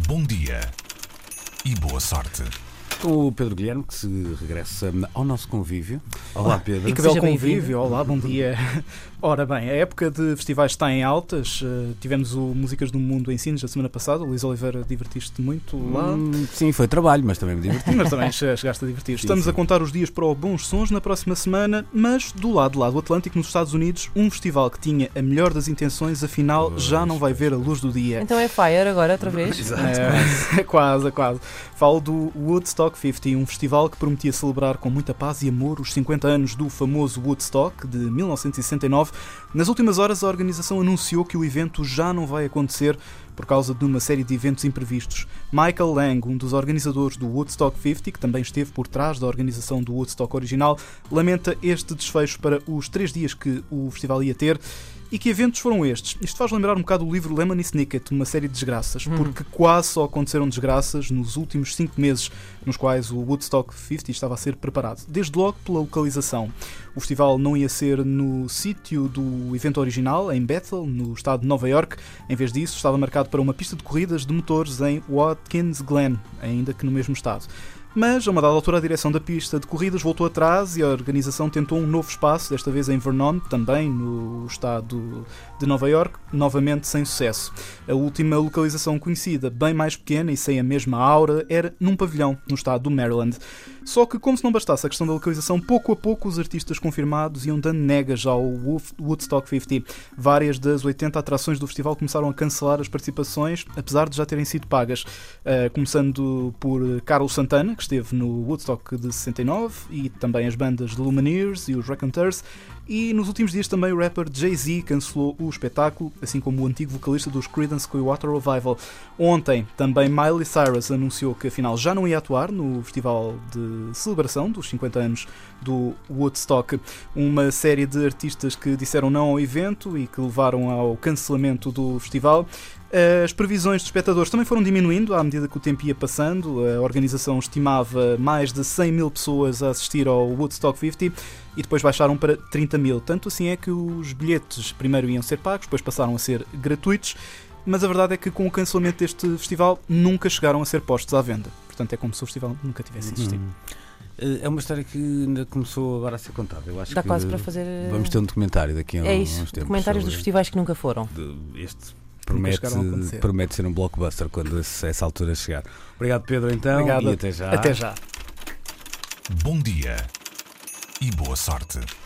Bom dia e boa sorte. O Pedro Guilherme, que se regressa ao nosso convívio. Olá, Pedro. E que belo convívio. Olá, bom dia. Ora bem, a época de festivais está em altas. Tivemos o Músicas do Mundo em Sines a semana passada. Luís Oliveira, divertiste muito lá? Sim, foi trabalho, mas também me diverti. Mas também chegaste a divertir. Sim, Estamos sim. a contar os dias para o Bons Sons na próxima semana, mas do lado do Atlântico, nos Estados Unidos, um festival que tinha a melhor das intenções, afinal, já não vai ver a luz do dia. Então é Fire agora, outra vez? Exato. Quase. Falo do Woodstock 50, um festival que prometia celebrar com muita paz e amor os 50 anos do famoso Woodstock de 1969. Nas últimas horas, a organização anunciou que o evento já não vai acontecer por causa de uma série de eventos imprevistos. Michael Lang, um dos organizadores do Woodstock 50, que também esteve por trás da organização do Woodstock original, lamenta este desfecho para os 3 dias que o festival ia ter. E que eventos foram estes? Isto faz lembrar um bocado o livro Lemony Snicket, uma série de desgraças, porque quase só aconteceram desgraças nos últimos 5 meses nos quais o Woodstock 50 estava a ser preparado. Desde logo pela localização. O festival não ia ser no sítio do evento original, em Bethel, no estado de Nova York. Em vez disso, estava marcado para uma pista de corridas de motores em Watkins Glen, ainda que no mesmo estado. Mas, a uma dada altura, a direção da pista de corridas voltou atrás e a organização tentou um novo espaço, desta vez em Vernon, também no estado de Nova York, novamente sem sucesso. A última localização conhecida, bem mais pequena e sem a mesma aura, era num pavilhão, no estado do Maryland. Só que, como se não bastasse a questão da localização, pouco a pouco os artistas confirmados iam dando negas ao Woodstock 50. Várias das 80 atrações do festival começaram a cancelar as participações, apesar de já terem sido pagas. Começando por Carlos Santana, que esteve no Woodstock de 69, e também as bandas The Lumineers e os Raconteurs. E nos últimos dias também o rapper Jay-Z cancelou o espetáculo, assim como o antigo vocalista dos Creedence Clearwater Revival. Ontem também Miley Cyrus anunciou que afinal já não ia atuar no festival de celebração dos 50 anos do Woodstock. Uma série de artistas que disseram não ao evento e que levaram ao cancelamento do festival. As previsões de espectadores também foram diminuindo à medida que o tempo ia passando. A organização estimava mais de 100 mil pessoas a assistir ao Woodstock 50 e depois baixaram para 30 mil. Tanto assim é que os bilhetes primeiro iam ser pagos, depois passaram a ser gratuitos, mas a verdade é que com o cancelamento deste festival nunca chegaram a ser postos à venda. Portanto é como se o festival nunca tivesse existido. É uma história que ainda começou agora a ser contada. Eu acho Dá que quase para fazer... vamos ter um documentário daqui a É uns isso, tempos. documentários dos festivais que nunca foram. Este chegaram a acontecer. promete ser um blockbuster quando essa altura chegar. Obrigado, Pedro, então. Obrigado. E até já. Até já. Bom dia e boa sorte.